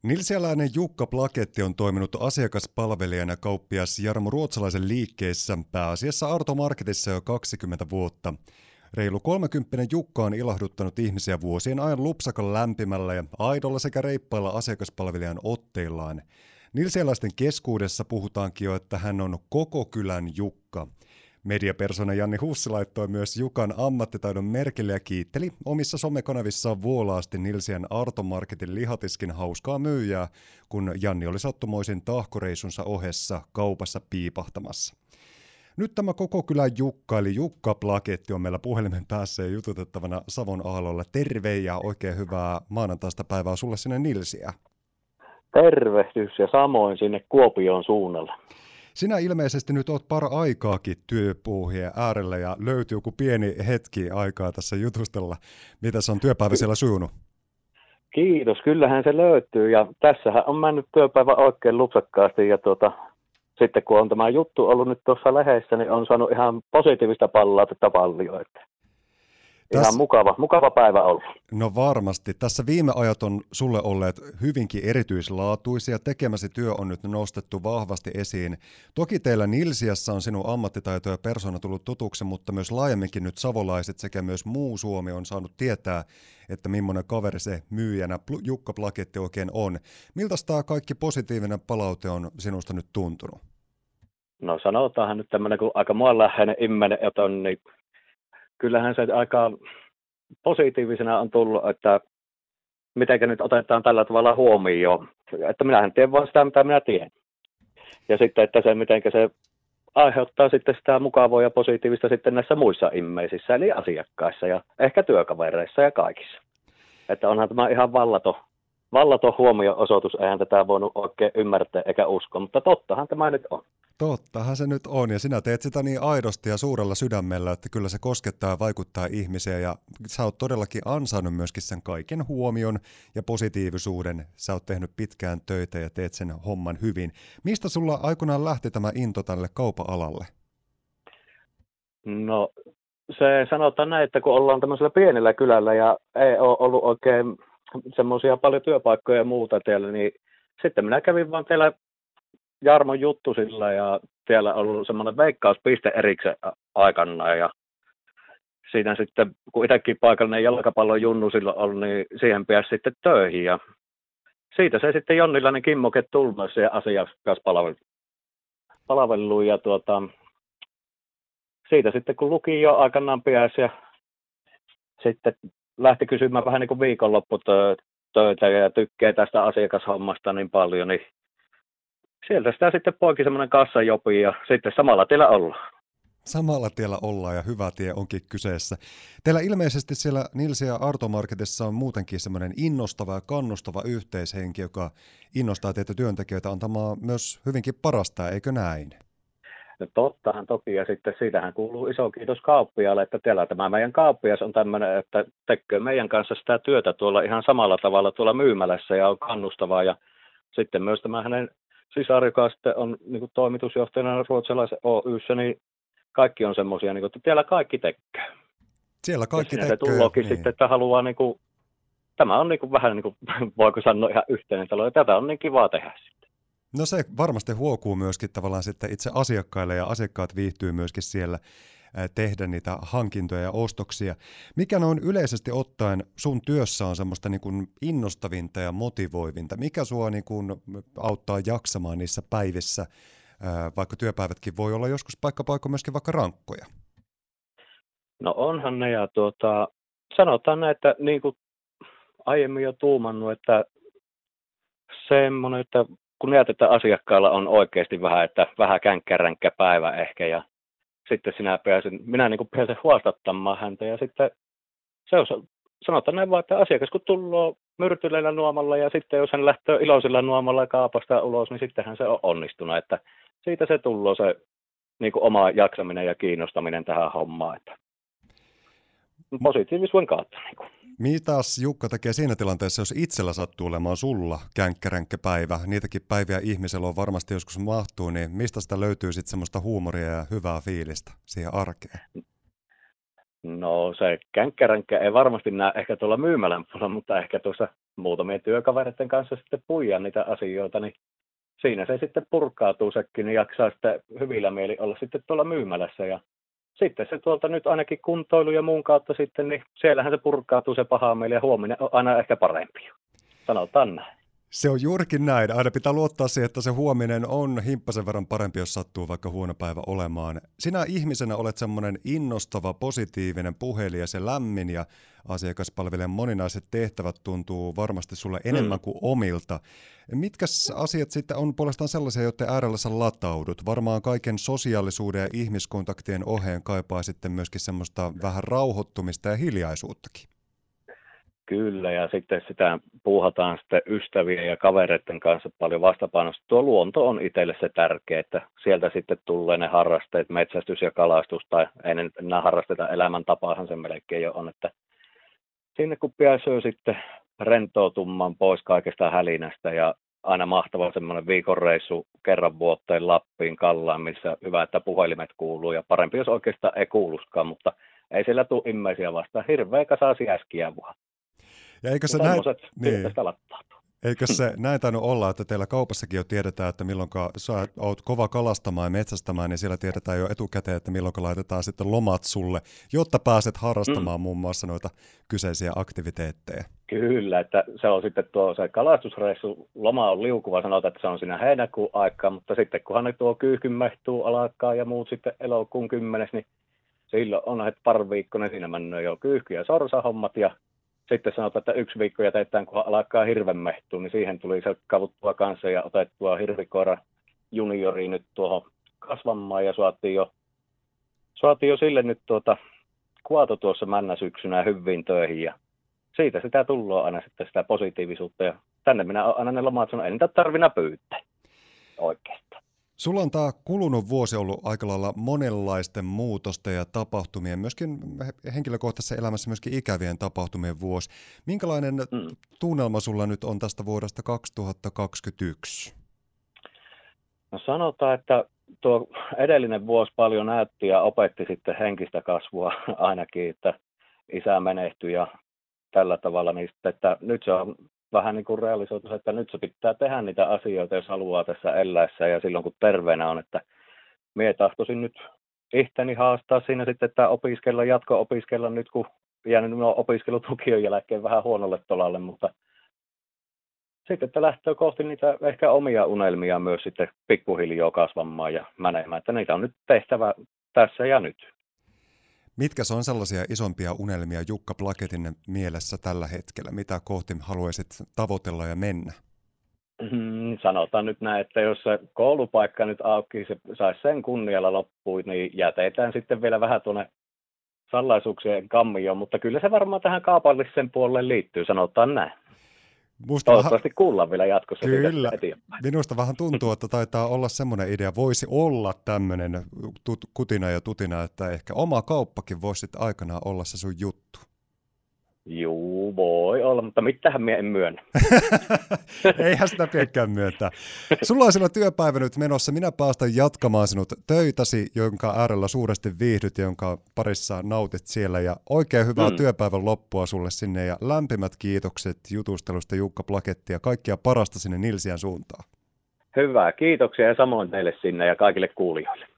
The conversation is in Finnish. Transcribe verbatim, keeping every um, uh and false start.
Nilsialainen Jukka Plaketti on toiminut asiakaspalvelijana kauppias Jarmo Ruotsalaisen liikkeessä, pääasiassa Arto Marketissa jo kaksikymmentä vuotta. Reilu kolmekymppinen Jukka on ilahduttanut ihmisiä vuosien ajan lupsakan lämpimällä ja aidolla sekä reippailla asiakaspalvelijan otteillaan. Nilsialaisten keskuudessa puhutaankin jo, että hän on koko kylän Jukka. Mediapersona Janni Hussi laittoi myös Jukan ammattitaidon merkille ja kiitteli omissa somekanavissaan vuolaasti Nilsiän Arto Marketin lihatiskin hauskaa myyjää, kun Janni oli sattumoisin tahkoreisunsa ohessa kaupassa piipahtamassa. Nyt tämä koko kylän Jukka, eli Jukka Plaketti, on meillä puhelimen päässä ja jututettavana Savon aallolla. Terve ja oikein hyvää maanantaista päivää sulle sinne Nilsiä. Tervehdys ja samoin sinne Kuopioon suunnalle. Sinä ilmeisesti nyt oot para-aikaakin työpuuhien äärellä ja löytyy joku pieni hetki aikaa tässä jutustella. Mitäs on työpäivä siellä sujunut? Kiitos, kyllähän se löytyy ja tässähän on mennyt työpäivä oikein lupsakkaasti ja tuota, sitten kun on tämä juttu ollut nyt tuossa lehdessä, niin on saanut ihan positiivista palautetta paljon. Ihan Täs... mukava, mukava päivä ollut. No varmasti. Tässä viime ajat on sulle olleet hyvinkin erityislaatuisia. Tekemäsi työ on nyt nostettu vahvasti esiin. Toki teillä Nilsiässä on sinun ammattitaito ja persona tullut tutuksi, mutta myös laajemminkin nyt savolaiset sekä myös muu Suomi on saanut tietää, että millainen kaveri se myyjänä Jukka Plaketti oikein on. Miltä tämä kaikki positiivinen palaute on sinusta nyt tuntunut? No sanotaanhan nyt tämmöinen, kun aika muanläheinen ihminen on, niin kyllähän se aika positiivisena on tullut, että miten nyt otetaan tällä tavalla huomioon, että minähän teen vaan sitä, mitä minä teen. Ja sitten, että se miten se aiheuttaa sitten sitä mukavaa ja positiivista sitten näissä muissa ihmisissä, eli asiakkaissa ja ehkä työkavereissa ja kaikissa. Että onhan tämä ihan vallaton, vallaton huomio-osoitus, eihän tätä voinut oikein ymmärtää eikä uskoa, mutta tottahan tämä nyt on. Tottahan se nyt on, ja sinä teet sitä niin aidosti ja suurella sydämellä, että kyllä se koskettaa ja vaikuttaa ihmisiä, ja sä oot todellakin ansainnut myöskin sen kaiken huomion ja positiivisuuden. Sä oot tehnyt pitkään töitä ja teet sen homman hyvin. Mistä sulla aikoinaan lähti tämä into tälle kaupa-alalle? No se sanotaan näin, että kun ollaan tämmöisellä pienellä kylällä ja ei ole ollut oikein semmoisia paljon työpaikkoja ja muuta teillä, niin sitten minä kävin vaan teillä Jarmon juttu sillä ja siellä on ollut semmoinen veikkauspiste erikseen aikanaan ja siinä sitten, kun itsekin paikallinen jalkapallon junnu silloin oli, niin siihen pääsi sitten töihin ja siitä se sitten Jonnilainen Kimmoke tuli myös siihen asiakaspalveluun ja tuota, siitä sitten kun lukio aikanaan pääsi ja sitten lähti kysymään vähän niin kuin viikonlopputöitä ja tykkää tästä asiakashommasta niin paljon, niin sieltä sitä sitten poiki semmoinen kassajopi ja sitten samalla tiellä ollaan. Samalla tiellä ollaan ja hyvä tie onkin kyseessä. Teillä ilmeisesti siellä Nilsiä ja Arto Marketissa on muutenkin semmoinen innostava ja kannustava yhteishenki, joka innostaa teitä työntekijöitä antamaan myös hyvinkin parasta, eikö näin? No tottahan toki ja sitten siitähän kuuluu iso kiitos kauppiaalle, että täällä tämä meidän kauppias on tämmöinen, että tekee meidän kanssa sitä työtä tuolla ihan samalla tavalla tuolla myymälässä ja on kannustavaa ja sitten myös tämä hänen sisar, joka sitten on niin kuin toimitusjohtajana Ruotsalaisen Oy:ssä, niin kaikki on semmoisia, niin kuin, että täällä kaikki tekee. Siellä kaikki tekee. Se tullookin niin. sitten, että haluaa, niin kuin, tämä on niin kuin, vähän niin kuin, voiko sanoa ihan yhteinen talo, ja tätä on niin kivaa tehdä sitten. No se varmasti huokuu myöskin tavallaan sitten itse asiakkaille, ja asiakkaat viihtyy myöskin siellä tehdä niitä hankintoja ja ostoksia. Mikä on yleisesti ottaen sun työssä on semmoista niin kuin innostavinta ja motivoivinta? Mikä sua niin kuin auttaa jaksamaan niissä päivissä, vaikka työpäivätkin voi olla joskus paikka-paikka myöskin vaikka rankkoja? No onhan ne ja tuota, sanotaan näin, että niin kuin aiemmin jo tuumannut, että semmoinen, että kun näet, että asiakkaalla on oikeasti vähän, että vähän känkkäränkkä päivä ehkä ja sitten sinä pääsin, minä niin kuin pääsen huostattamaan häntä ja sitten se on, sanotaan näin vaan, että asiakas kun tulee myrtyleillä nuomalla ja sitten jos hän lähtee iloisilla nuomalla kaapasta ulos, niin sittenhän se on onnistunut, että siitä se tulee se niin kuin oma jaksaminen ja kiinnostaminen tähän hommaan, että positiivisuuden kautta. Niin kuin. Mitäs Jukka tekee siinä tilanteessa, jos itsellä sattuu olemaan sulla känkkäränkkä päivä? Niitäkin päiviä ihmisellä on varmasti joskus mahtuu, niin mistä sitä löytyy sitten semmoista huumoria ja hyvää fiilistä siihen arkeen? No se känkkäränkkä ei varmasti näe ehkä tuolla myymälän puolella, mutta ehkä tuossa muutamien työkavereiden kanssa sitten puijaa niitä asioita, niin siinä se sitten purkautuu sekin, niin jaksaa sitten hyvillä mieli olla sitten tuolla myymälässä. Ja sitten se tuolta nyt ainakin kuntoilu ja muun kautta sitten, niin siellähän se purkautuu se paha mieli ja huominen on aina ehkä parempi. Sanotaan näin. Se on juurikin näin. Aina pitää luottaa siihen, että se huominen on himppasen verran parempi, jos sattuu vaikka huono päivä olemaan. Sinä ihmisenä olet semmoinen innostava, positiivinen, puhelias ja lämmin ja asiakaspalvelijan moninaiset tehtävät tuntuu varmasti sulle enemmän mm. kuin omilta. Mitkä asiat sitten on puolestaan sellaisia, joiden äärellä sä lataudut? Varmaan kaiken sosiaalisuuden ja ihmiskontaktien oheen kaipaa sitten myöskin semmoista vähän rauhoittumista ja hiljaisuuttakin. Kyllä, ja sitten sitä puuhataan sitten ystävien ja kavereiden kanssa paljon vastapainosta. Tuo luonto on itselle se tärkeä, että sieltä sitten tulee ne harrasteet, metsästys ja kalastus, tai ei enää harrasteta elämäntapaahan se melkein jo on, että sinne kun pääsee sitten rentoutumaan pois kaikesta hälinästä, ja aina mahtava semmoinen viikonreissu kerran vuoteen Lappiin Kallaan, missä hyvä, että puhelimet kuuluu, ja parempi jos oikeastaan ei kuuluskaan, mutta ei siellä tule ihmisiä vastaan, hirveä kasasi äskiä vaan. Ja eikö se, näin, niin. eikö se näin tainnut olla, että teillä kaupassakin jo tiedetään, että milloin sä oot kova kalastamaan ja metsästämään, niin siellä tiedetään jo etukäteen, että milloin laitetaan sitten lomat sulle, jotta pääset harrastamaan mm. muun muassa noita kyseisiä aktiviteetteja. Kyllä, että se on sitten tuo se kalastusreissu, loma on liukuva, sanotaan, että se on siinä heinäkuun aikaa, mutta sitten kunhan ne tuo kyyhkynmehtuu alkaa ja muut sitten elokuun kymmenes, niin silloin on heti pari viikkoinen, siinä mennään jo kyyhky- ja sorsahommat ja sitten sanotaan, että yksi viikko jätetään, kun alkaa hirven mehtua, niin siihen tuli se kavuttua kanssa ja otettua hirvikoira junioriin nyt tuohon kasvamaan ja saatiin jo, saatiin jo sille nyt tuota kuato tuossa männä syksynä hyviin töihin ja siitä sitä tullaan aina sitten sitä positiivisuutta ja tänne minä olen aina ne lomat sanonut, ei niitä tarvina pyytää oikeastaan. Sulla on tämä kulunut vuosi ollut aika lailla monenlaisten muutosten ja tapahtumien, myöskin henkilökohtaisessa elämässä myöskin ikävien tapahtumien vuosi. Minkälainen mm. tunnelma sulla nyt on tästä vuodesta kaksituhattakaksikymmentäyksi? No sanotaan, että tuo edellinen vuosi paljon näytti ja opetti sitten henkistä kasvua ainakin, että isä menehtyi ja tällä tavalla, niin sitten, että nyt se on vähän niin kuin realisoitus, että nyt se pitää tehdä niitä asioita, jos haluaa tässä eläessä ja silloin kun terveenä on, että mie tahtoisin nyt ihteni haastaa siinä sitten, että opiskella, jatko-opiskella nyt, kun jäänyt minun opiskelutukion jälkeen vähän huonolle tolalle, mutta sitten, että lähtee kohti niitä ehkä omia unelmia myös sitten pikkuhiljaa kasvamaan ja menemään, että niitä on nyt tehtävä tässä ja nyt. Mitkä on sellaisia isompia unelmia Jukka Plaketin mielessä tällä hetkellä? Mitä kohti haluaisit tavoitella ja mennä? Hmm, sanotaan nyt näin, että jos se koulupaikka nyt auki, se saisi sen kunnialla loppuun, niin jätetään sitten vielä vähän tuonne salaisuuksien kammioon, mutta kyllä se varmaan tähän kaupallisen puolelle liittyy, sanotaan näin. Musta Toivottavasti vähän kuullaan vielä jatkossa. Kyllä. Minusta vähän tuntuu, että taitaa olla semmoinen idea. Voisi olla tämmöinen tut- kutina ja tutina, että ehkä oma kauppakin voisi aikanaan olla se sun juttu. Juu, voi olla, mutta mitähän minä en myönnä. Eihän sitä pidäkään myöntää. Sulla on siellä työpäivä nyt menossa. Minä päästän jatkamaan sinut töitäsi, jonka äärellä suuresti viihdyt, jonka parissa nautit siellä. Ja oikein hyvää mm. työpäivän loppua sulle sinne ja lämpimät kiitokset jutustelusta Jukka Plaketti ja kaikkia parasta sinne Nilsiän suuntaan. Hyvä, kiitoksia ja samoin teille sinne ja kaikille kuulijoille.